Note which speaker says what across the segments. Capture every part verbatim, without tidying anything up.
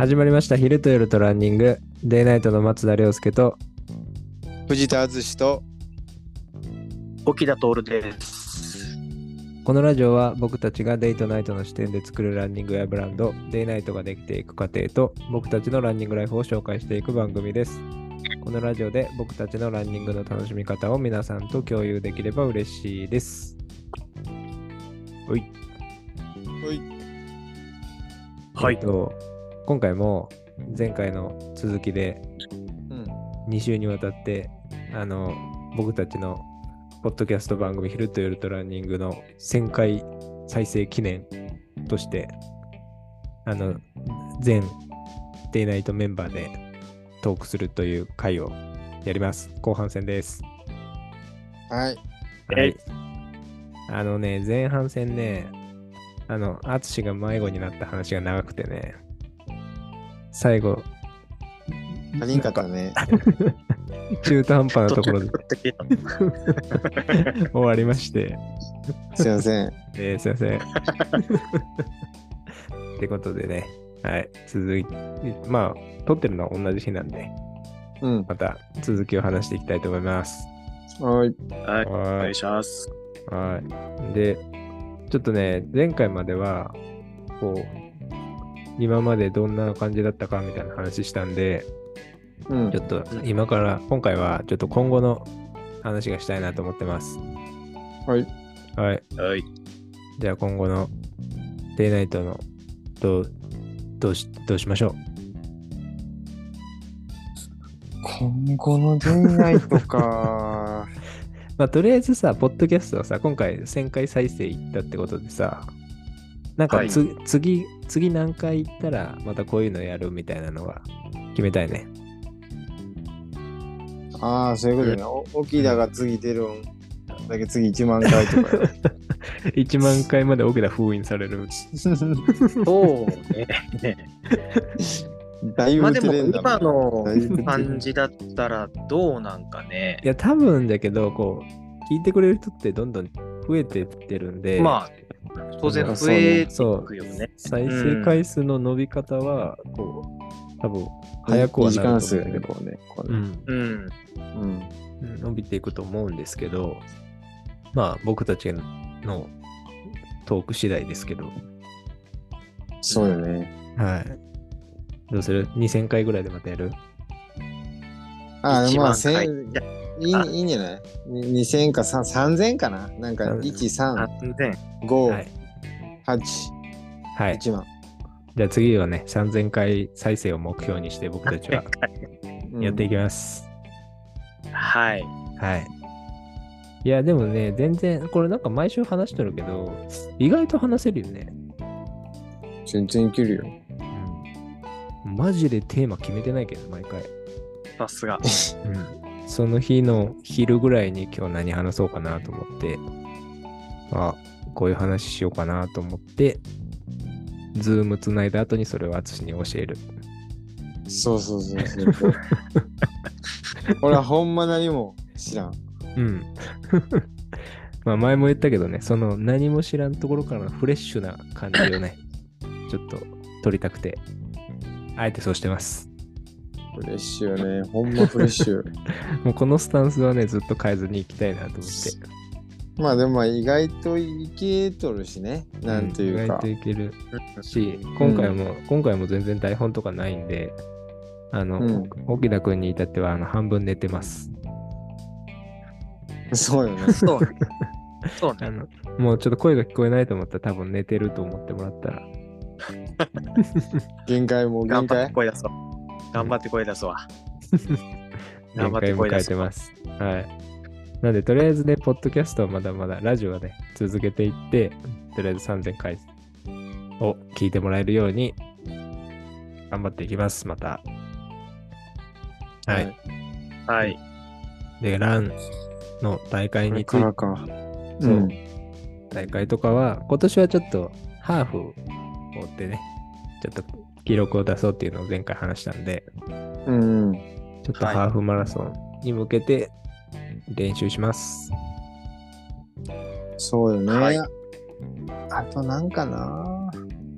Speaker 1: 始まりました。昼と夜とランニング。デイナイトの松田亮介と
Speaker 2: 藤田敦と
Speaker 3: 沖田徹です。
Speaker 1: このラジオは僕たちがデイとナイトの視点で作るランニングやブランド、デイナイトができていく過程と僕たちのランニングライフを紹介していく番組です。このラジオで僕たちのランニングの楽しみ方を皆さんと共有できれば嬉しいです。おい。
Speaker 2: おい。
Speaker 3: はい。
Speaker 1: えっと、今回も前回の続きでに週にわたってあの僕たちのポッドキャスト番組昼と夜とランニングのせんかい再生記念としてあの全デイナイトメンバーでトークするという回をやります。後半戦です。
Speaker 2: はい。
Speaker 1: はい。あのね、前半戦ね、あの、アツシが迷子になった話が長くてね、最後、
Speaker 2: 足りんかったね。
Speaker 1: 中途半端なところで終わりまして。
Speaker 2: すいません。
Speaker 1: えー、すいません。ってことでね、はい、続いて、まあ、撮ってるのは同じ日なんで、
Speaker 2: うん。
Speaker 1: また続きを話していきたいと思います。
Speaker 2: はい。
Speaker 3: はい。お
Speaker 1: は
Speaker 3: 願いします。
Speaker 1: はい。で、ちょっとね、前回までは、こう、今までどんな感じだったかみたいな話したんで、
Speaker 2: うん。
Speaker 1: ちょっと今から、今回はちょっと今後の話がしたいなと思ってます。
Speaker 2: はい。
Speaker 1: はい。
Speaker 3: はい。
Speaker 1: じゃあ今後のデイナイトのどう、どうし、どうしましょう。
Speaker 2: 今後のデイナイトか。
Speaker 1: まあとりあえずさ、ポッドキャストはさ、今回せんかい再生いったってことでさ、なんかつ、
Speaker 3: は
Speaker 1: 次、次何回行ったらまたこういうのやるみたいなのは決めたいね。
Speaker 2: ああ、そういうことね。お沖田が次出るんだけ次いちまんかいとか。
Speaker 1: いちまんかいまで奥田封印される。
Speaker 3: そうね。
Speaker 2: だい
Speaker 3: まあでも
Speaker 2: ぶトレンド
Speaker 3: 今の
Speaker 2: だいぶ
Speaker 3: 感じだったらどうなんかね。
Speaker 1: いや、多分だけど、こう、聞いてくれる人ってどんどん増えてってるんで、
Speaker 3: まあ、当然増えていくよね。
Speaker 1: 再生回数の伸び方は、こう、多分、早くはなると思うんだけど、
Speaker 2: こうね。こうね
Speaker 1: うん、
Speaker 3: うん。
Speaker 2: うん。
Speaker 1: 伸びていくと思うんですけど、まあ、僕たちのトーク次第ですけど、
Speaker 2: そうよね。
Speaker 1: はい。どうする ?にせん 回ぐらいでまたやる？
Speaker 2: ああ、まあ、
Speaker 3: 一万回
Speaker 2: 千いい、いいんじゃない ?にせん かさんぜんかななんか、いち、さん、
Speaker 3: さんぜん。
Speaker 2: ご、
Speaker 1: はい。
Speaker 2: はち、
Speaker 1: はい。
Speaker 2: いちまん。
Speaker 1: じゃあ次はね、さんぜんかい再生を目標にして僕たちはやっていきます。
Speaker 3: はい。
Speaker 1: はい。いや、でもね、全然、これなんか毎週話してるけど、意外と話せるよね。
Speaker 2: 全然いけるよ。
Speaker 1: うん。マジでテーマ決めてないけど、毎回。
Speaker 3: さすが。
Speaker 1: うん。その日の昼ぐらいに今日何話そうかなと思って、あ、こういう話しようかなと思って、ズームつないだ後にそれを淳に教える。
Speaker 2: そうそうそうそう。俺はほんま何も知らん。
Speaker 1: うん。まあ前も言ったけどね、その何も知らんところからのフレッシュな感じをね、ちょっと撮りたくて、あえてそうしてます。
Speaker 2: フレッシュよね。ほんまフレッシュ。
Speaker 1: もうこのスタンスはね、ずっと変えずにいきたいなと思って。
Speaker 2: まあでもまあ意外といけとるしね。なんというか。
Speaker 1: 意外といけるし、今回も、うん、今回も全然台本とかないんで、あの、うん、沖田くんに至ってはあの半分寝てます。
Speaker 2: そうよね。
Speaker 3: そうね。そうね。
Speaker 1: あのもうちょっと声が聞こえないと思ったら多分寝てると思ってもらったら。
Speaker 2: 限界もう限界。
Speaker 3: 頑張って声出そう。頑張って声出そうわ。
Speaker 1: 限界迎えてます。はい。なんで、とりあえずね、ポッドキャストはまだまだ、ラジオはね、続けていって、とりあえずさんぜんかいを聞いてもらえるように、頑張っていきます、また。はい。
Speaker 3: はい。
Speaker 1: で、ランの大会について、
Speaker 2: そう、うん、
Speaker 1: 大会とかは、今年はちょっと、ハーフを追ってね、ちょっと記録を出そうっていうのを前回話したんで、
Speaker 2: うん、
Speaker 1: ちょっとハーフマラソンに向けて練習します。
Speaker 2: そうよね。
Speaker 3: はい、
Speaker 2: あとなんかな。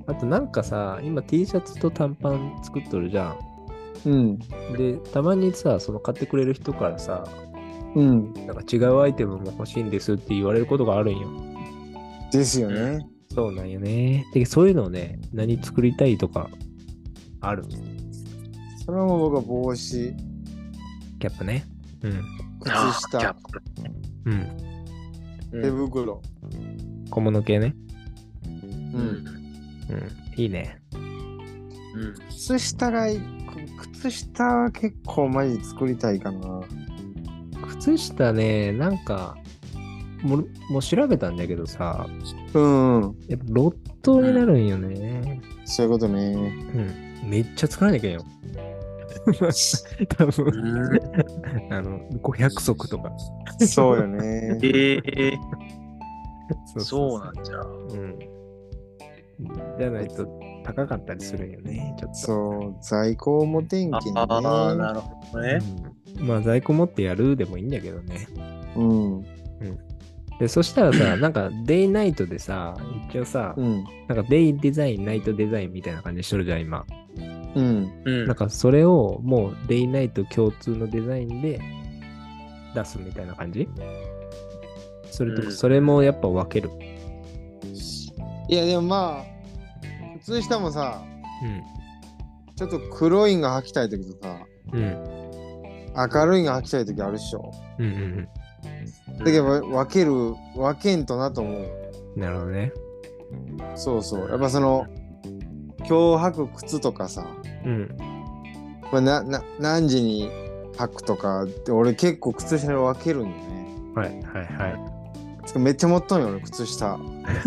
Speaker 1: あとなんかさ、今 T シャツと短パン作っとるじゃん。
Speaker 2: うん。
Speaker 1: で、たまにさ、その買ってくれる人からさ、
Speaker 2: うん。
Speaker 1: なんか違うアイテムも欲しいんですって言われることがあるんよ。
Speaker 2: ですよね。
Speaker 1: そうなんよね。で、そういうのをね、何作りたいとかある？
Speaker 2: それはもう僕は帽子、
Speaker 1: キャップね。うん。
Speaker 2: 靴
Speaker 3: あーキャッ
Speaker 2: 下、
Speaker 3: プ。
Speaker 1: うん。
Speaker 2: 手袋。
Speaker 1: 小物系ね。
Speaker 2: う。
Speaker 3: うんん。
Speaker 1: うん。いいね。
Speaker 3: うん。
Speaker 2: 靴下がい、靴下は結構マジ作りたいかな。
Speaker 1: 靴下ね、なんか、もう、もう調べたんだけどさ、
Speaker 2: うんうん。
Speaker 1: やっぱロットになるんよね。
Speaker 2: そういうことね。
Speaker 1: うん。めっちゃ作らなきゃいけんよ。多分、
Speaker 3: うん
Speaker 1: あの、ごひゃく足とか。
Speaker 2: そうよね。
Speaker 3: ええ
Speaker 1: そ
Speaker 3: そうなんじゃ。
Speaker 1: うん。じゃないと高かったりするんよね、ちょっと。
Speaker 2: そう、在庫も天気にね。
Speaker 3: ああ、なるほどね。
Speaker 1: うん、まあ在庫持ってやるでもいいんだけどね。
Speaker 2: うん。
Speaker 1: で、そしたらさ、なんかデイナイトでさ、一応さ、
Speaker 2: うん。
Speaker 1: なんかデイデザイン、ナイトデザインみたいな感じにしとるじゃん、今。
Speaker 2: うん。
Speaker 3: うん。
Speaker 1: なんかそれをもうデイナイト共通のデザインで出すみたいな感じ？それと
Speaker 3: うん
Speaker 1: それもやっぱ分ける。
Speaker 2: いや、でもまあ、靴下もさ、
Speaker 1: う
Speaker 2: ちょっと黒いんが履きたいときとさ、
Speaker 1: ん。うん。
Speaker 2: 明るいんが履きたいときあるっしょ。
Speaker 1: うんうん
Speaker 2: だけど分ける、分けんとなと思う。
Speaker 1: うん。なるほどね。
Speaker 2: そうそう。やっぱその、今日履く靴とかさ、
Speaker 1: うん。
Speaker 2: これな、な、何時に履くとかって俺結構靴下で分けるんよね。
Speaker 1: はいはいは
Speaker 2: つかめっちゃ持っとんよ俺靴下。好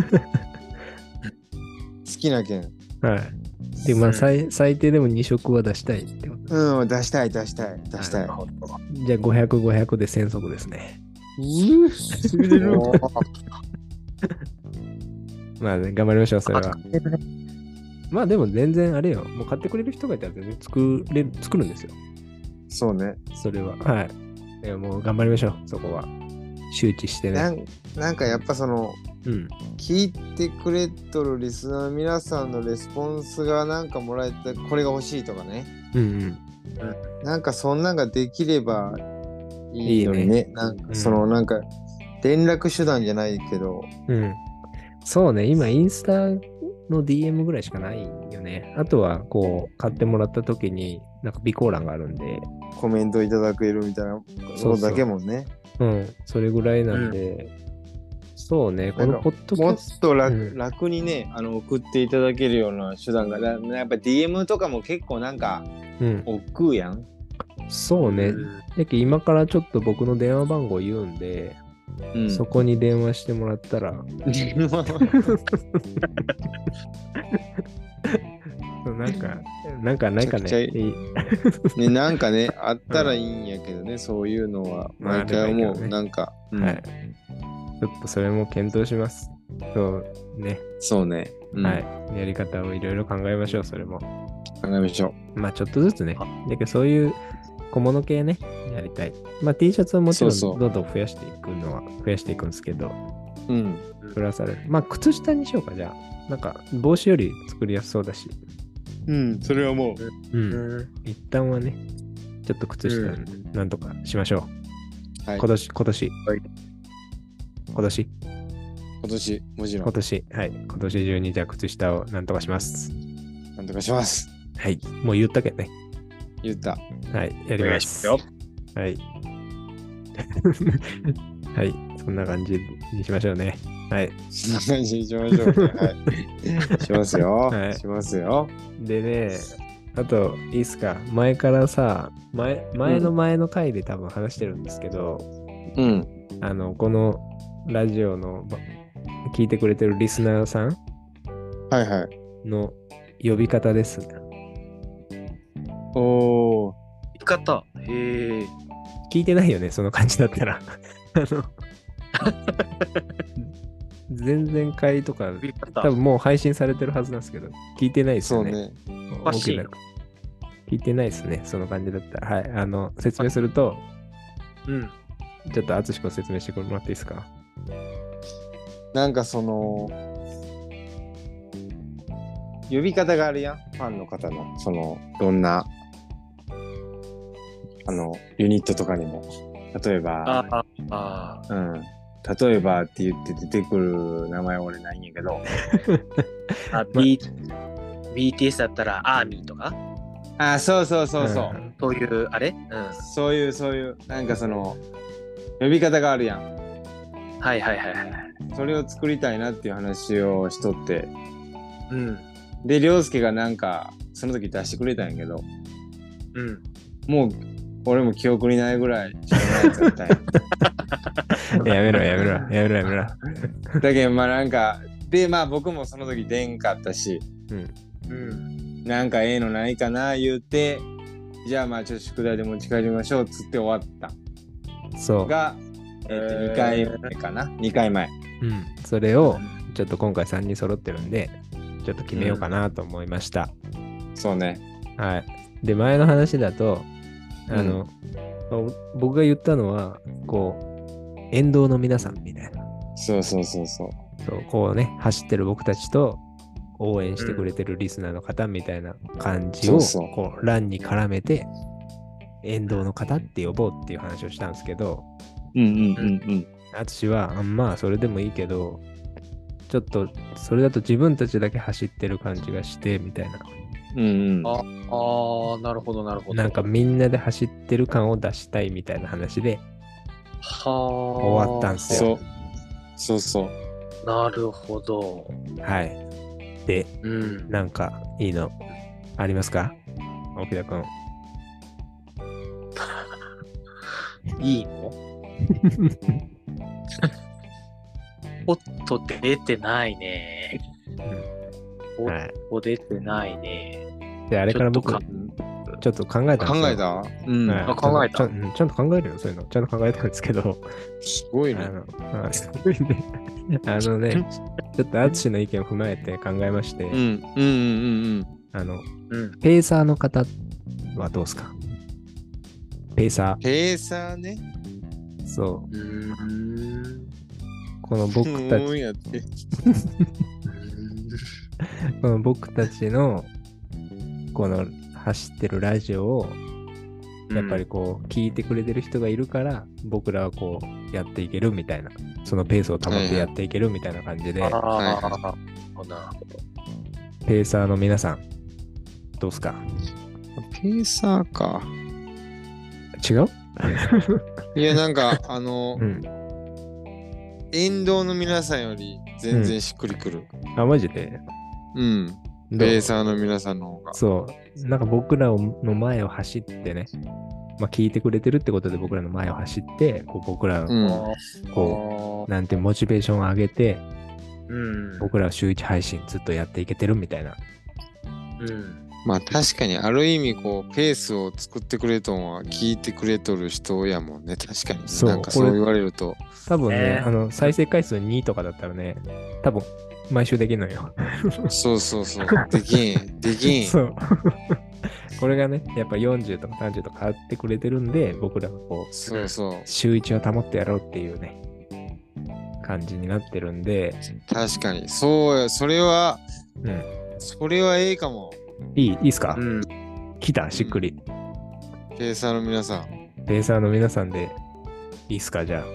Speaker 2: きなけん。
Speaker 1: い。はい。で、まあ最最低でもに色は出したいってこと。
Speaker 2: うん、出したい出したい出したい。
Speaker 1: じゃあごひゃく、ごひゃくでせん足ですね。
Speaker 2: うぅ、すぐ出る。
Speaker 1: まあね、頑張りましょう、それは。まあでも全然あれよ。もう買ってくれる人がいたら全然作れる、作るんですよ。
Speaker 2: そうね。
Speaker 1: それは。はい。いやもう頑張りましょう、そこは。周知してね。
Speaker 2: なんなんかやっぱその、
Speaker 1: うん。
Speaker 2: 聞いてくれとるリスナーの皆さんのレスポンスがなんかもらえてこれが欲しいとかね。
Speaker 1: うんうん。
Speaker 2: なんかそんなんができればいいのにね。
Speaker 1: いいね
Speaker 2: なんか
Speaker 1: うん
Speaker 2: そのなんか連絡手段じゃないけど、
Speaker 1: うん。そうね、今インスタの ディーエム ぐらいしかないよね。あとは、こう、買ってもらった時に、なんか備考欄があるんで、
Speaker 2: コメントいただけるみたいなこ
Speaker 1: そうそう
Speaker 2: とだけもんね。
Speaker 1: うん、それぐらいなんで、そうね、このポッドキ
Speaker 2: もっ
Speaker 1: ャス
Speaker 2: と楽,、
Speaker 1: うん
Speaker 2: 楽にねあの送っていただけるような手段がなやっぱ ディーエム とかも結構なんか
Speaker 1: ト、うん、
Speaker 2: 億劫やん。
Speaker 1: そうね。だけど今からちょっと僕の電話番号言うんで、
Speaker 2: うん、
Speaker 1: そこに電話してもらったら、なんか、なんかないか
Speaker 2: めちゃくちゃい
Speaker 1: ね。いい
Speaker 2: ね、なんかねあったらいいんやけどね、そういうのは毎回思う、
Speaker 1: まああればいいけどね
Speaker 2: なんか、うん
Speaker 1: はい。ちょっとそれも検討します。そうね。
Speaker 2: そうね、うん、
Speaker 1: はい。やり方をいろいろ考えましょう、それも。
Speaker 2: 考えましょ
Speaker 1: まあちょっとずつね。だけどそういう小物系ね、やりたい。まあ T シャツはもちろん
Speaker 2: そうそう
Speaker 1: どんどん増やしていくのは増やしていくんですけど、
Speaker 2: う。うん。
Speaker 1: プラスある。まあ靴下にしようか、じゃあ。なんか帽子より作りやすそうだし。
Speaker 2: うん、それはもう。
Speaker 1: うん。
Speaker 3: うん
Speaker 1: 一旦はね、ちょっと靴下
Speaker 3: うん
Speaker 1: なんとかしましょう。
Speaker 2: はい
Speaker 1: 今年、今年。
Speaker 3: はい
Speaker 1: 今年、
Speaker 2: 今年、もちろん、
Speaker 1: 今年、はい。今年中にじゃあ靴下をなんとかします。
Speaker 2: なんとかします。
Speaker 1: はい。もう言ったけどね。
Speaker 2: 言った。
Speaker 1: はい。やり
Speaker 3: お願
Speaker 1: ま。
Speaker 3: いしますすよ。
Speaker 1: はい。はい。そんな感じにしましょうね。はい。
Speaker 2: そんな感じにしましょうね。はい。しますよ。
Speaker 1: はい
Speaker 2: しますよ。
Speaker 1: でね、あと、いいっすか。前からさ、前、前の前の回で多分話してるんですけど、
Speaker 2: うん。
Speaker 1: あの、このラジオのば聞いてくれてるリスナーさん
Speaker 2: はいはい。
Speaker 1: の呼び方です。
Speaker 2: おー。
Speaker 3: 言い方。へえ。
Speaker 1: 聞いてないよね、その感じだったら。あの、前々回とか、
Speaker 3: 言い方。
Speaker 1: 多分もう配信されてるはずなんですけど、聞いてないですよね。
Speaker 2: そうね。
Speaker 3: おかしい
Speaker 1: 僕ら聞いてないですね、その感じだったら。はい。あの、説明すると、
Speaker 3: うん。
Speaker 1: ちょっと淳君説明してもらっていいですか。
Speaker 2: なんかその、 呼び方があるやん。ファンの方の、その、どんな、あの、ユニットとかにも。例えば、
Speaker 3: ああ、ああ。
Speaker 2: うん。例えばって言って出てくる名前俺ないんやけど。
Speaker 3: あ、B、ビーティーエス だったらアーミーとか
Speaker 2: あ、そうそうそうそう。
Speaker 1: うん
Speaker 3: そういう、あれうん。
Speaker 2: そういう、そういう、なんかその、呼び方があるやん。
Speaker 3: はいはいはいはい。
Speaker 2: それを作りたいなっていう話をしとって。
Speaker 3: うん。
Speaker 2: で、りょうすけがなんか、その時出してくれたんやけど、
Speaker 3: うん。
Speaker 2: もう、俺も記憶にないぐらい知らないやつやったんや。
Speaker 1: やめろやめろやめろやめろ。
Speaker 2: だけど、まあなんか、で、まあ僕もその時出んかったし、
Speaker 1: うん。
Speaker 3: うん。
Speaker 2: なんかええのないかな言うて、じゃあまあちょっと宿題で持ち帰りましょうっつって終わった。
Speaker 1: そう。
Speaker 2: が、えっと、
Speaker 3: えー
Speaker 2: にかいめかな ?に 回前。
Speaker 1: うん。それを、ちょっと今回さんにん揃ってるんで、ちょっと決めようかなと思いました。
Speaker 2: そうね。
Speaker 1: はい。で、前の話だと、あの、僕が言ったのは、こう、沿道の皆さんみたいな。
Speaker 2: そうそうそうそう。
Speaker 1: そう、こうね、走ってる僕たちと応援してくれてるリスナーの方みたいな感じを、
Speaker 2: そうそう
Speaker 1: こう、欄に絡めて、沿道の方って呼ぼうっていう話をしたんですけど、
Speaker 2: うんうんうんうん。
Speaker 1: 淳は、あまあ、それでもいいけど、ちょっと、それだと自分たちだけ走ってる感じがして、みたいな。
Speaker 2: うんうん。
Speaker 3: ああー、なるほどなるほど。
Speaker 1: なんかみんなで走ってる感を出したいみたいな話で
Speaker 3: はあ。
Speaker 1: 終わったんすよ。
Speaker 2: そう。そうそう。
Speaker 3: なるほど。
Speaker 1: はい。で、
Speaker 3: うん。
Speaker 1: なんかいいのありますか？沖田くん。
Speaker 3: いいのおっと出てないね。おっ
Speaker 1: はい。
Speaker 3: と出てないね。
Speaker 1: で、あれから僕、
Speaker 3: ちょっ
Speaker 1: ちょっと考えたんですよ。
Speaker 2: 考えたうん。
Speaker 1: はい
Speaker 3: あ考えた
Speaker 1: ちゃんちゃんちゃんと考えるよ、そういうの。ちゃんと考えたんですけど、
Speaker 2: すごいね。
Speaker 1: あの、あすごいね。あのね、ちょっと淳の意見を踏まえて考えまして、
Speaker 2: うん。うんうんうんうん。
Speaker 1: あの、
Speaker 3: うん。
Speaker 1: ペーサーの方はどうですか？ペーサ
Speaker 2: ペーサーね。
Speaker 1: ー。そう。
Speaker 3: うーん。
Speaker 1: この僕た
Speaker 2: うーん
Speaker 1: ち、
Speaker 2: やって。
Speaker 1: この僕たちの、この走ってるラジオを、やっぱりこう、聞いてくれてる人がいるから、僕らはこう、やっていけるみたいな、そのペースを保ってやっていけるみたいな感じで、
Speaker 3: ああ、
Speaker 2: はいはい
Speaker 3: なるほど。
Speaker 1: ペーサーの皆さん、どうすか？
Speaker 2: ペーサーか。
Speaker 1: 違う？
Speaker 2: いや、なんか、あの
Speaker 1: う、ん。
Speaker 2: 沿道の皆さんより全然しっくりくる。
Speaker 1: あ、マジで？
Speaker 2: うん。
Speaker 1: どう
Speaker 2: ペーサーの皆さんの方が。
Speaker 1: そう。なんか僕らの前を走ってね、まあ聞いてくれてるってことで僕らの前を走って、こう僕ら
Speaker 2: うん。
Speaker 1: をこう、なんてモチベーションを上げて、
Speaker 3: うん。
Speaker 1: 僕らは週一配信ずっとやっていけてるみたいな。
Speaker 3: うん。
Speaker 2: まあ確かにある意味こうペースを作ってくれとんは聞いてくれとる人やもんね。確かに、ね。
Speaker 1: そう
Speaker 2: なんかそう言われると。
Speaker 1: 多分ね、
Speaker 3: えー
Speaker 1: あの、再生回数にとかだったらね、多分毎週できるのよ。
Speaker 2: そうそうそう。できん。できん。
Speaker 1: そう。これがね、やっぱよんじゅうとかさんじゅうとかあってくれてるんで、僕らがこう、
Speaker 2: そうそう。
Speaker 1: 週いちは保ってやろうっていうね、感じになってるんで、
Speaker 2: 確かに。そうや。それは、
Speaker 1: うん。
Speaker 2: それはええかも。
Speaker 1: いい、いいっすか？
Speaker 3: うん。
Speaker 1: 来た、しっくり。
Speaker 2: ペーサーの皆さん。
Speaker 1: ペーサーの皆さんで、いいっすか？じゃ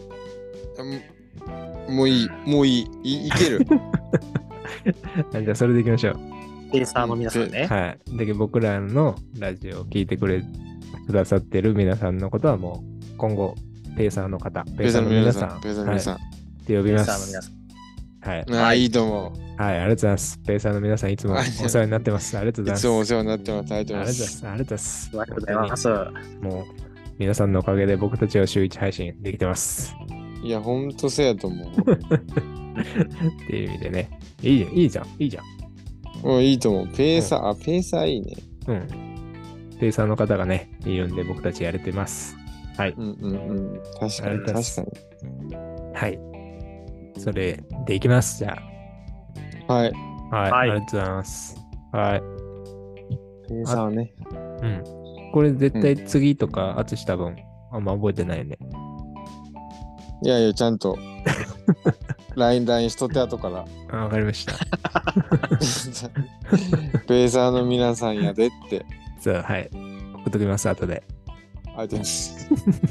Speaker 2: ももういい。もういい。いいける。
Speaker 1: あ。じゃあ、それでいきましょう。
Speaker 3: ペーサーの皆さんね。
Speaker 1: はい。で、僕らのラジオを聞いてくれ、くださってる皆さんのことはもう、今後、ペーサーの方、
Speaker 2: ペーサーの皆さん。ペーサーの皆さん。
Speaker 1: はい、って呼び
Speaker 3: ペー
Speaker 1: ます。
Speaker 3: サーの皆さん。
Speaker 1: はい。
Speaker 2: ああ、いいと思う。
Speaker 1: はい、ありがとうございます。ペーサーの皆さん、いつもお世話になってます。ありがとうございます。
Speaker 2: いつもお世話になってます。ありがとう
Speaker 1: あ
Speaker 2: ございます。
Speaker 1: りがとうございます。ありがとうございます。
Speaker 3: ありがとうございます。
Speaker 1: もう、皆さんのおかげで僕たちは週いち配信できてます。
Speaker 2: いや、ほんとそうやと思う。
Speaker 1: っていう意味でね。いいじゃん、いいじゃん、いいじゃん。
Speaker 2: うん、いいと思う。ペーサー、あ、ペーサーいいね。
Speaker 1: うん。ペーサーの方がね、いるんで僕たちやれてます。はい。
Speaker 2: うんうんうん。確か
Speaker 1: あり
Speaker 2: に、
Speaker 1: がとうございます
Speaker 2: 確か
Speaker 1: はい。それでいきます。じゃ
Speaker 2: に。はい。
Speaker 1: あ。はい。
Speaker 3: はい
Speaker 1: ありがとうございます。はい。
Speaker 2: ペーサーね。
Speaker 1: うん。これ絶対次とか、あつし多分、あんま覚えてないよね。
Speaker 2: いやいや、ちゃんと。 ライン ライン しとって後から。
Speaker 1: あ、わかりました。
Speaker 2: ペーサーの皆さんやでって。
Speaker 1: そう、はい。送っときます、後で。
Speaker 2: ありがとうございます。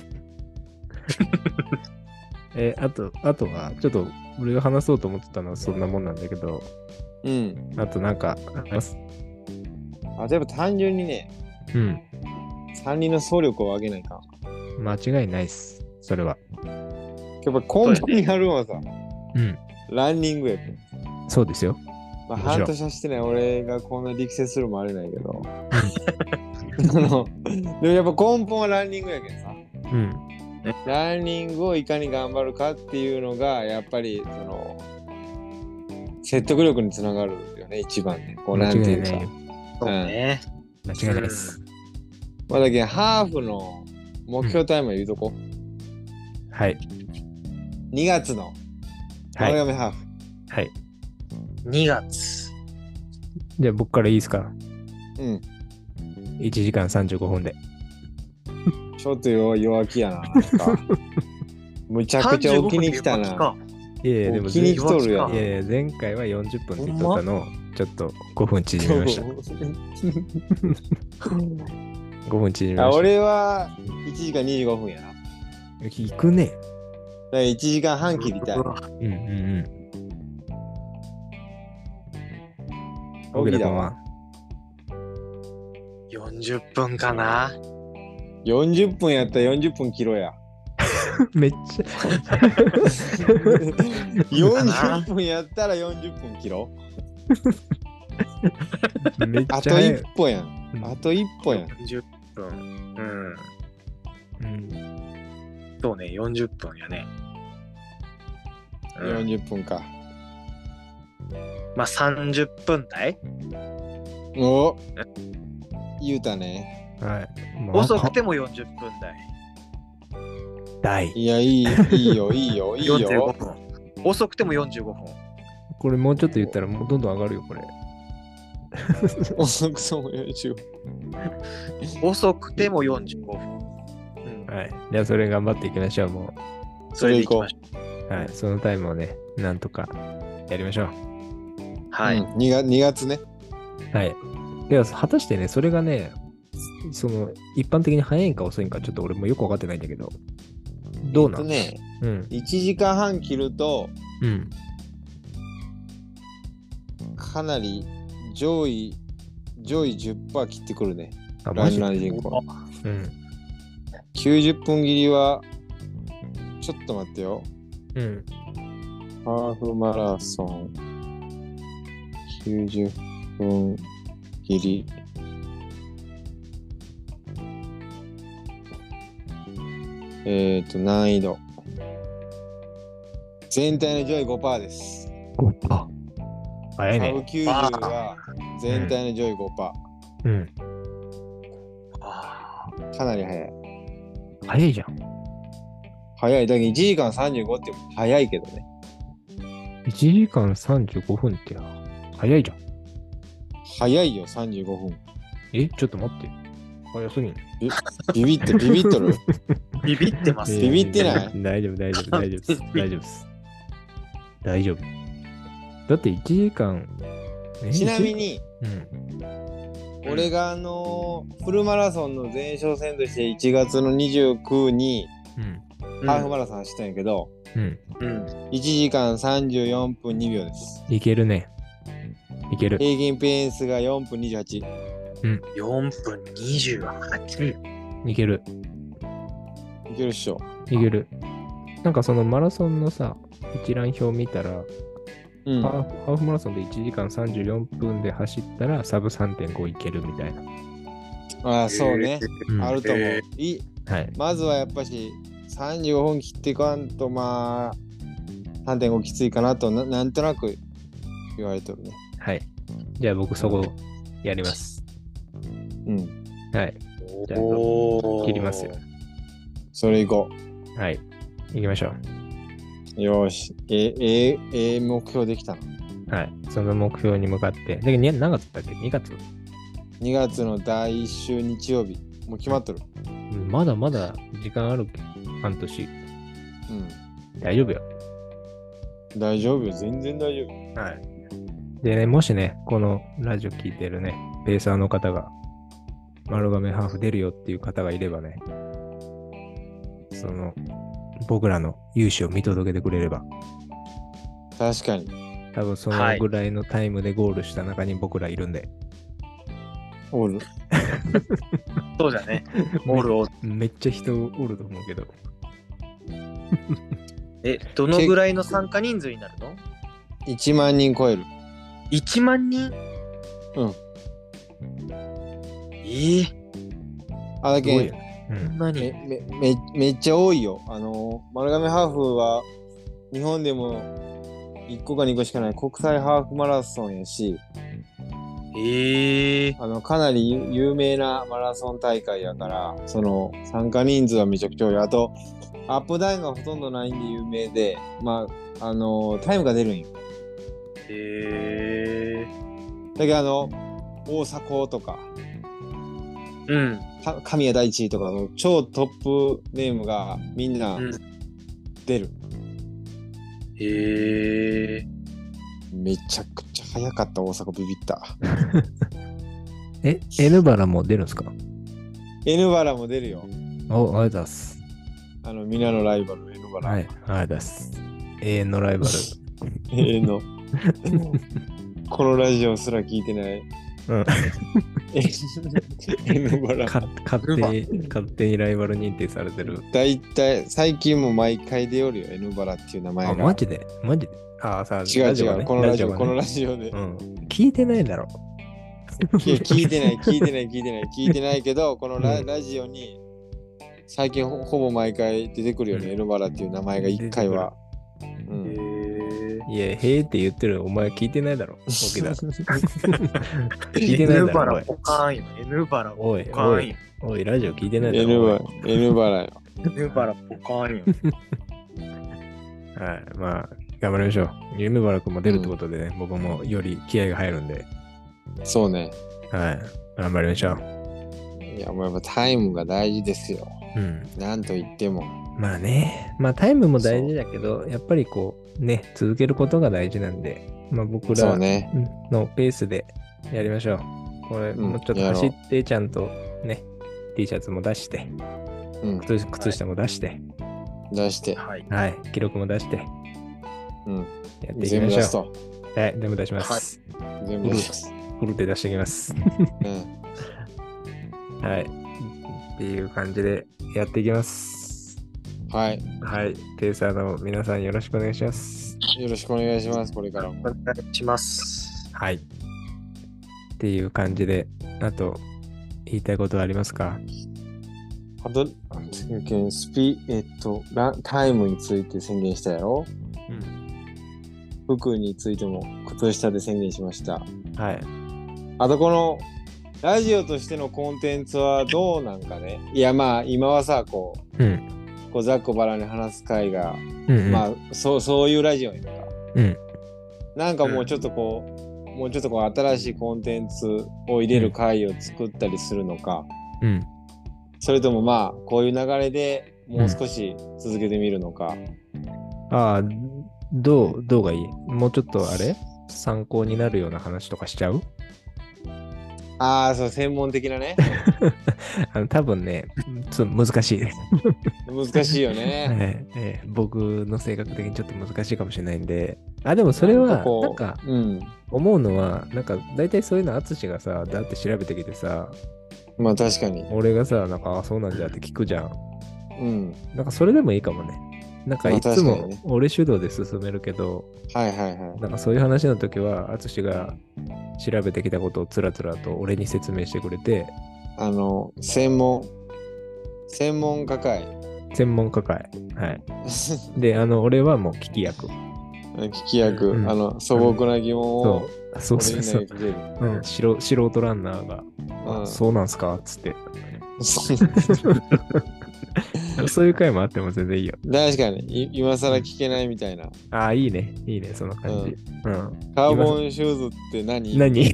Speaker 1: えー、あと、あとは、ちょっと、俺が話そうと思ってたのはそんなもんなんだけど、
Speaker 2: うん。
Speaker 1: あとなんか、あります？
Speaker 2: あ、やっぱ単純にね、
Speaker 1: うん。
Speaker 2: さんにんの総力を上げないか。
Speaker 1: 間違いないっす、それは。
Speaker 2: やっぱ根本にあるのはさ、
Speaker 1: うん。
Speaker 2: ランニングやけん。
Speaker 1: そうですよ。
Speaker 2: まあ、半年はしてない俺がこんな力説するもあれないけど。あのでもやっぱ根本はランニングやけんさ。
Speaker 1: うん。
Speaker 2: ランニングをいかに頑張るかっていうのがやっぱりその説得力につながるよね、一番ね。こうなんていうか。
Speaker 3: そうね。
Speaker 1: 間違いないです。
Speaker 2: まあだけどハーフの目標タイムは言うとこ。
Speaker 1: うん、はい。
Speaker 2: にがつの
Speaker 1: はい。
Speaker 2: 丸亀ハーフ。
Speaker 1: はい。
Speaker 3: にがつ。
Speaker 1: じゃあ僕からいいですか？
Speaker 2: うん。
Speaker 1: いちじかんさんじゅうごふんで。
Speaker 2: ちょっと弱弱気やな。なんかむちゃくちゃ起きに来たな。
Speaker 1: いやいや、でも
Speaker 2: 気に来とるやん。
Speaker 1: いやいや、前回はよんじゅっぷんって言っとったのを、ちょっとごふん縮めました。ごふん縮めました。
Speaker 2: あ、俺はいちじかんにじゅうごふんやな。
Speaker 1: 行くね。
Speaker 2: だからいちじかんはん切りたい。うんうんうん。
Speaker 1: 沖田君は
Speaker 3: よんじゅっぷんかな。
Speaker 2: よんじゅっぷんやったらよんじゅっぷん切ろや。
Speaker 1: めっちゃ
Speaker 2: よんじゅっぷんやったらよんじゅっぷん切ろ
Speaker 1: めっちゃ
Speaker 2: あと一歩やん、うん、あと一歩やん。
Speaker 3: よんじゅっぷん。うん、うん、そうね、よんじゅっぷんやね、
Speaker 2: うん、よんじゅっぷんか。
Speaker 3: まあさんじゅっぷん台。
Speaker 2: お言うたね。
Speaker 1: はい、
Speaker 3: 遅くてもよんじゅっぷん台。
Speaker 1: 台。
Speaker 2: いや、いい、いいよ、いいよ、いいよ。
Speaker 3: よんじゅうごふん。遅くてもよんじゅうごふん。
Speaker 1: これもうちょっと言ったらもうどんどん上がるよ、これ。
Speaker 2: 遅くてもよんじゅう
Speaker 3: ご。遅くてもよんじゅうごふん。
Speaker 1: うん、はい。じゃあそれ頑張っていきましょう、も
Speaker 3: う。それでいきましょ
Speaker 1: う。はい。そのタイムをね、なんとかやりましょう。
Speaker 3: はい。
Speaker 2: うん、にがつ、にがつね。
Speaker 1: はい。では、果たしてね、それがね、その、一般的に早いんか遅いんか、ちょっと俺もよくわかってないんだけど、どうなん？
Speaker 2: えっとね、
Speaker 1: うん。
Speaker 2: いちじかんはん切ると、
Speaker 1: うん。
Speaker 2: かなり上位、上位 じゅっパーセント 切ってくるね。
Speaker 1: あ、
Speaker 2: ランナー人口。
Speaker 1: うん。
Speaker 2: きゅうじゅっぷん切りは、ちょっと待ってよ。
Speaker 1: うん。
Speaker 2: ハーフマラソン、きゅうじゅっぷん切り。えっと、難易度。全体の上位 ごパーセント です。
Speaker 1: ごパーセント。早いね。
Speaker 2: ハーフきゅうじゅうは全体の上位 ごパーセント。
Speaker 1: うん。
Speaker 2: かなり早い。
Speaker 1: 早いじゃん。
Speaker 2: 早い。だけどいちじかんさんじゅうごって早いけどね。
Speaker 1: いちじかんさんじゅうごふんって早いじゃん。
Speaker 2: 早いよ、さんじゅうごふん。
Speaker 1: え、ちょっと待って。早すぎん。
Speaker 2: ビビってビビっとる
Speaker 3: ビビってます。
Speaker 2: ビビってない？
Speaker 1: 大丈夫、大丈夫、大丈夫です。大丈夫です。大丈夫。だっていちじかん。
Speaker 2: ちなみに、
Speaker 1: うん、
Speaker 2: 俺があのー、フルマラソンの前哨戦としていちがつのにじゅうくに、うん、ハーフマラソン走ったんやけど、
Speaker 1: うんうん、
Speaker 2: いちじかんさんじゅうよんぷんにびょうです。
Speaker 1: いけるね。いける。
Speaker 2: 平均ペースがよんぷんにじゅうはち。
Speaker 1: うん。
Speaker 3: よんぷんにじゅうはち。
Speaker 1: いける。
Speaker 2: いけるっしょ。
Speaker 1: いける。なんかそのマラソンのさ、一覧表見たら、うん、ハーフ、ハーフマラソンでいちじかんさんじゅうよんぷんで走ったらサブ さんてんご いけるみたいな。
Speaker 2: ああ、そうね。
Speaker 1: うん、
Speaker 2: あると思う。いい、
Speaker 1: はい。
Speaker 2: まずはやっぱしさんじゅうごふん切っていかんと、まあ、さんてんご きついかなとな、なんとなく言われてるね。
Speaker 1: はい。じゃあ僕そこやります。
Speaker 2: うん。
Speaker 1: はい。じゃあ切りますよ。
Speaker 2: それいこ
Speaker 1: う。はい。行きましょ
Speaker 2: う。よし。え、え、え、目標できたの。
Speaker 1: はい。その目標に向かって。で、何月だっけ ?に 月
Speaker 2: ?に 月のだいいっ週日曜日。もう決まっとる。
Speaker 1: まだまだ時間あるっけ半年。
Speaker 2: うん。
Speaker 1: 大丈夫よ。
Speaker 2: 大丈夫よ。全然大丈夫。
Speaker 1: はい。でね、もしね、このラジオ聞いてるね、ペーサーの方が、丸亀ハーフ出るよっていう方がいればね、その、僕らの勇姿を見届けてくれれば、
Speaker 2: 確かに。
Speaker 1: 多分そのぐらいのタイムでゴールした中に僕らいるんで。
Speaker 2: おる。
Speaker 3: そうじゃね。おるおる。
Speaker 1: めっちゃ人おると思うけど。
Speaker 3: え、どのぐらいの参加人数になるの？
Speaker 2: いちまんにん超える。
Speaker 3: いちまんにん？
Speaker 2: うん。
Speaker 3: ええー。
Speaker 2: あ、だけ
Speaker 3: そんなに
Speaker 2: めめめめっちゃ多いよ。あの丸亀ハーフは日本でもいっこかにこしかない国際ハーフマラソンやし、
Speaker 3: ええー。
Speaker 2: あのかなり有名なマラソン大会やから、その参加人数はめちゃくちゃ多い。あとアップダウンがほとんどないんで有名で、まああのタイムが出るんよ。
Speaker 3: へえー。
Speaker 2: だけどあの大迫とか、
Speaker 3: うん、
Speaker 2: 神谷大地とかの超トップネームがみんな出る。
Speaker 3: うん、へえ。
Speaker 2: めちゃくちゃ早かった。大阪ビビった。
Speaker 1: え、N バラも出るんですか？
Speaker 2: N バラも出るよ。
Speaker 1: お、ありがとうございます。
Speaker 2: あの皆のライバル N バラ。
Speaker 1: はい、ありがとうございます。永遠のライバル。
Speaker 2: 永遠の。このラジオすら聞いてない。
Speaker 1: うん。
Speaker 2: N バラ。
Speaker 1: か勝手に、勝手にライバル認定されてる。
Speaker 2: だいたい最近も毎回出よるよ、N バラっていう名前が。
Speaker 1: あ、マジでマジでああ、さ、
Speaker 2: 違う違う、
Speaker 1: ね、
Speaker 2: このラジオ、
Speaker 1: ね、
Speaker 2: このラジオで。
Speaker 1: うん。聞いてないだろ。
Speaker 2: 聞いてない、聞いてない、聞いてない、聞いてないけど、このラ,、
Speaker 1: うん、
Speaker 2: ラジオに最近 ほ, ほぼ毎回出てくるよね、うん、N バラっていう名前がいっかいは。
Speaker 1: うん、いや、へーって言ってるお前聞いてないだろ。聞
Speaker 3: いてないだろ。N バラポカーンよ。N バラ
Speaker 1: おい、おい、おい、ラジオ聞いてないだろ。
Speaker 2: N バラよ。
Speaker 3: N バラポカーンよ。
Speaker 1: はい、まあ、頑張りましょう。N バラ君も出るってことでね、うん、僕もより気合が入るんで。
Speaker 2: そうね。
Speaker 1: はい、頑張りましょう。
Speaker 2: いや、もうやっぱタイムが大事ですよ。
Speaker 1: うん。
Speaker 2: なんと言っても。
Speaker 1: まあね、まあタイムも大事だけど、やっぱりこうね、続けることが大事なんで、まあ僕らのペースでやりましょう。これ、もうちょっと走ってちゃんとね、T シャツも出して、うん、靴, 靴下も出して、
Speaker 2: 出して、
Speaker 1: はい、はい、記録も出して、
Speaker 2: うん、
Speaker 1: やっていきましょう。はい、全部出します。
Speaker 2: はい、全部出します。
Speaker 1: フルで出していきます。うん、はい。っていう感じでやっていきます。
Speaker 2: はい。
Speaker 1: はい。ペーサーの皆さんよろしくお願いします。
Speaker 2: よろしくお願いします。これからも。
Speaker 3: お願いします。
Speaker 1: はい。っていう感じで、あと、言いたいことはありますか？
Speaker 2: あと、スピ、えっと、タイムについて宣言したやろ？うん。服についても靴下で宣言しました。
Speaker 1: はい。
Speaker 2: あと、この、ラジオとしてのコンテンツはどうなんかね？いや、まあ、今はさ、こう、うん。こうざっこばらに話す会が、うんうん、まあそうそういうラジオやんか、うん、なんかもうちょっとこう、うん、もうちょっとこう新しいコンテンツを入れる会を作ったりするのか、うん、それともまあこういう流れでもう少し続けてみるのか、
Speaker 1: うん、ああどうどうがいい？もうちょっとあれ参考になるような話とかしちゃう？
Speaker 2: ああ、そう、専門的なね。
Speaker 1: あの多分ね、ちょっと難しいです。
Speaker 2: 難しいよね、
Speaker 1: ええ。僕の性格的にちょっと難しいかもしれないんで。あ、でもそれは、なんか、うん、思うのは、なんか、大体そういうの、淳がさ、だって調べてきてさ、
Speaker 2: まあ確かに。
Speaker 1: 俺がさ、なんか、あ、そうなんじゃって聞くじゃん。
Speaker 2: うん。
Speaker 1: なんか、それでもいいかもね。なんかいつも俺主導で進めるけど、
Speaker 2: はいはいはい。
Speaker 1: なんかそういう話の時は、淳が調べてきたことをつらつらと俺に説明してくれて、
Speaker 2: あの、専門、専門家会。
Speaker 1: 専門家会。はい。で、あの、俺はもう聞き役。
Speaker 2: 聞き役、うん、あの、素朴な疑問を、
Speaker 1: うん、そうそうそうそう、うん、素素人ランナーが、うん、そうなんすかっつって。そういう回もあっても全然いいよ。
Speaker 2: 確かに、今更聞けないみたいな。
Speaker 1: ああ、いいね。いいね、その感じ。うん。うん、
Speaker 2: カーボンシューズって何？
Speaker 1: 何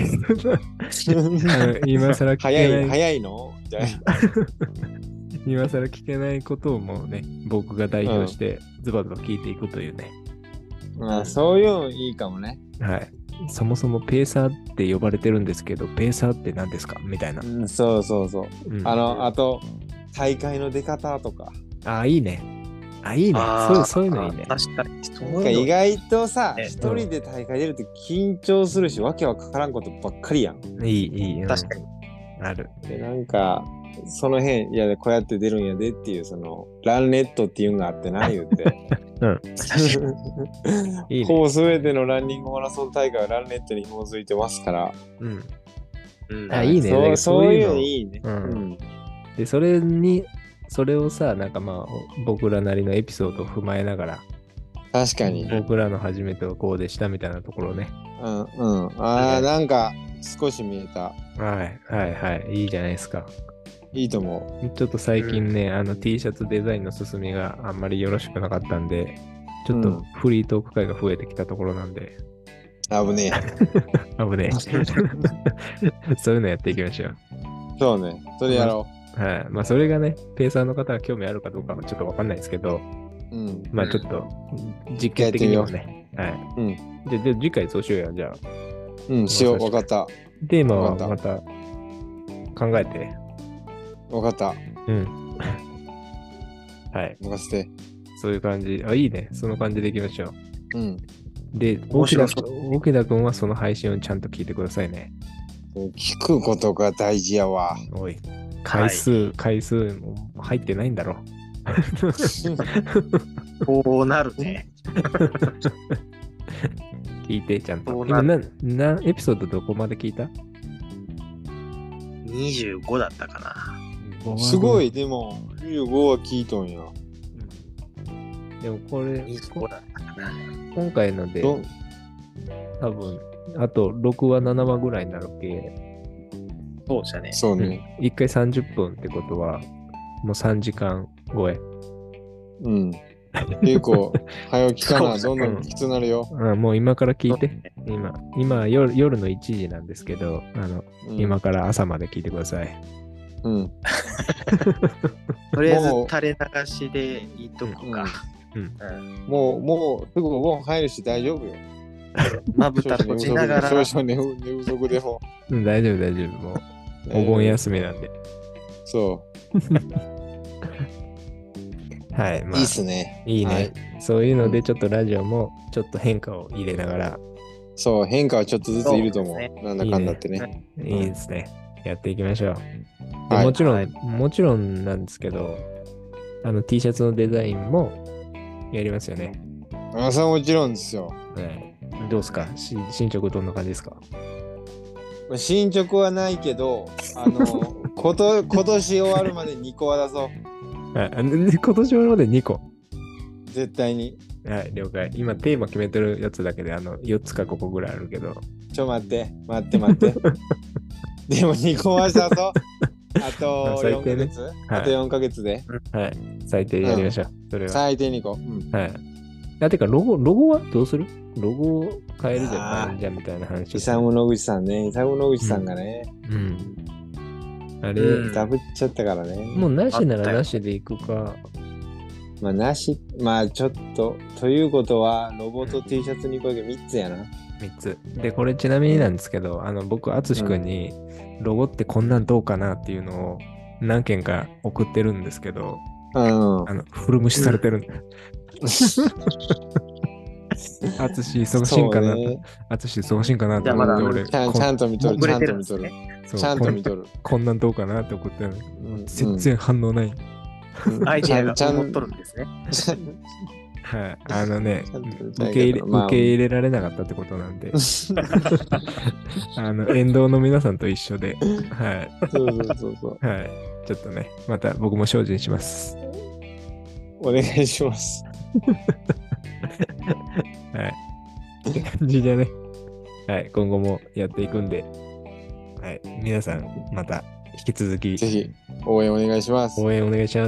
Speaker 1: 今更聞けない。
Speaker 2: 早い、早いのみたいな。
Speaker 1: 今更聞けないことをもうね、僕が代表してズバズバ聞いていくというね。
Speaker 2: まあ、そういうのいいかもね。
Speaker 1: はい。そもそもペーサーって呼ばれてるんですけど、ペーサーって何ですかみたいな。
Speaker 2: うん、そうそうそう。うん、あの、あと、大会の出方とか。
Speaker 1: ああ、いいね。あ、いいね。そう、そういうのいいね。
Speaker 3: 確かに。そう
Speaker 2: なんか意外とさ、一、ね、人で大会出ると緊張するし、うん、わけわからんことばっかりやん。
Speaker 1: いい、いい。
Speaker 3: 確かに。
Speaker 1: ある。
Speaker 2: で、なんか、その辺、いや、こうやって出るんやでっていう、その、ランネットっていうのがあってな、言うて。うん。いいね、ほぼすべてのランニングマラソン大会はランネットに紐づいてますから。うん。
Speaker 1: うん、あ、いいね。
Speaker 2: そう、そういうのいいね。うん。うん、
Speaker 1: で、それに、それをさ、なんかまあ、僕らなりのエピソードを踏まえながら、
Speaker 2: 確かに。
Speaker 1: 僕らの初めてはこうでしたみたいなところね。
Speaker 2: うんうん。ああ、なんか少し見えた。
Speaker 1: はいはいはい。いいじゃないですか。
Speaker 2: いいと思
Speaker 1: う。ちょっと最近ね、うん、あの T シャツデザインの進みがあんまりよろしくなかったんで、ちょっとフリートーク会が増えてきたところなんで。
Speaker 2: うん、危ね
Speaker 1: え。危ねえ。そういうのやっていきましょう。
Speaker 2: そうね。それやろ
Speaker 1: う。はい。まあそれがね、ペーサーの方が興味あるかどうかはちょっとわかんないですけど、うん、まあちょっと実験的にもね。はい。うん。じゃあ次回そうしようや、じゃあ。
Speaker 2: うん、しよう。わかった。
Speaker 1: テーマはまた考えて。
Speaker 2: わかった。
Speaker 1: うん。はい。
Speaker 2: 任せて。
Speaker 1: そういう感じ。あ、いいね。その感じでいきましょう。
Speaker 2: うん。
Speaker 1: で、沖田君はその配信をちゃんと聞いてくださいね。
Speaker 2: 聞くことが大事やわ。
Speaker 1: おい。回数、はい、回数も入ってないんだろ。
Speaker 3: こうなるね。
Speaker 1: 聞いて、ちゃんと。今何、何エピソードどこまで聞いた ?
Speaker 3: にじゅうご だったか
Speaker 2: な。すごい、でも、にじゅうごは聞いとんや。
Speaker 1: でもこれ、
Speaker 3: にじゅうごだったかな。
Speaker 1: 今回ので、多分、あとろくわ、ななわぐらいになるけ。
Speaker 3: そうじゃね。
Speaker 2: そうね。
Speaker 1: いっかいさんじゅっぷんってことは、もうさんじかん超え。
Speaker 2: うん。結構、早起きかな。どんどんきつなるよ。
Speaker 1: うん、もう今から聞いて。今、今夜、夜のいちじなんですけど、あの、うん、今から朝まで聞いてください。
Speaker 2: うん。
Speaker 3: とりあえず垂れ流しでいいとこか。
Speaker 2: うんうん、もう、もう、すぐお盆入るし大丈夫よ。
Speaker 3: まぶた閉じながら。
Speaker 2: 少々寝不足でも。
Speaker 1: うん、大丈夫、大丈夫。もう、お盆休みなんで。
Speaker 2: そう。
Speaker 1: はい、まあ。
Speaker 2: いいっすね。
Speaker 1: いいね、はい。そういうので、ちょっとラジオも、ちょっと変化を入れながら。
Speaker 2: そう、変化はちょっとずついると思う。うね、なんだかんだってね。
Speaker 1: いいね。いいですね。やっていきましょう。で、はい、もちろん、はい、もちろんなんですけど、あの T シャツのデザインもやりますよね。
Speaker 2: あ、それはもちろんですよ。
Speaker 1: はい。どうですか？し進捗どんな感じですか？
Speaker 2: 進捗はないけど、あの、こと、今年終わるまでにこは出そう。
Speaker 1: はい、今年終わるまでにこ。
Speaker 2: 絶対に。
Speaker 1: はい、了解。今テーマ決めてるやつだけであのよっつかごこぐらいあるけど。
Speaker 2: ちょ待って、待って待って。でもにこは出そう。あとよんかげつ、ね、はい、あとよんかげつで。
Speaker 1: はい。最低やりましょう。うん、それは。
Speaker 2: 最低にこ。う
Speaker 1: ん、はい。あ、てか、ロゴ、ロゴはどうする？ロゴを変えるじゃん、じゃんみたいな話。
Speaker 2: イサム野口さんね。イサム野口さんがね。
Speaker 1: うん。うん、あれ、
Speaker 2: うん、ダブっちゃったからね。
Speaker 1: もうなしならなしでいくか。
Speaker 2: まあ、なし、まあ、ちょっと。ということは、ロボット T シャツにこれみっつやな。
Speaker 1: みっつ。で、これちなみになんですけど、あの、僕、あつしくんに、ロゴってこんなんどうかなっていうのを何件か送ってるんですけど、
Speaker 2: うん、
Speaker 1: あの、古無視されてるんだ。あつし忙しいんかなあつし忙しいんかなって思って俺
Speaker 2: ちゃん、ちゃんと見とる、ちゃんと見とる。ちゃんと見とる。
Speaker 1: こんなんどうかなって送ってるの。全然反応ない。
Speaker 3: アイデアが思っとるんですね。
Speaker 1: はい、あのね、受け入れ、受け入れられなかったってことなんで、あの、沿道の皆さんと一緒で、はい。
Speaker 2: そうそうそうそう。
Speaker 1: はい。ちょっとね、また僕も精進します。
Speaker 2: お願いします。
Speaker 1: はい。って感じでね、はい、今後もやっていくんで、はい、皆さんまた引き続き
Speaker 2: ぜひ応援お願いします。
Speaker 1: 応援お願いします。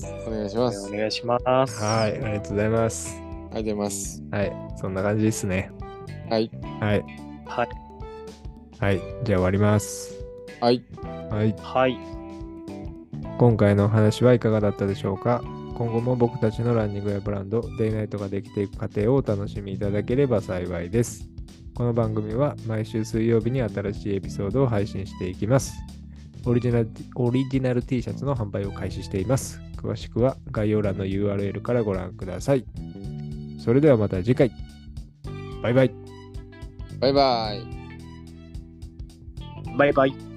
Speaker 2: お願いします。
Speaker 3: お願いします。
Speaker 1: はい、ありがとうございます。
Speaker 2: ありがとうございます。
Speaker 1: はい、そんな感じですね。
Speaker 2: はい。
Speaker 1: はい。
Speaker 3: はい。
Speaker 1: はい、じゃあ終わります。
Speaker 2: はい。
Speaker 1: はい。
Speaker 3: はい。
Speaker 1: 今回のお話はいかがだったでしょうか？ 今後も僕たちのランニングやブランド、デイナイトができていく過程をお楽しみいただければ幸いです。この番組は毎週水曜日に新しいエピソードを配信していきます。オリジナル、オリジナル T シャツの販売を開始しています。詳しくは概要欄の ユーアールエル からご覧ください。それではまた次回。バイバイ。
Speaker 2: バイバイ。
Speaker 3: バイバイ。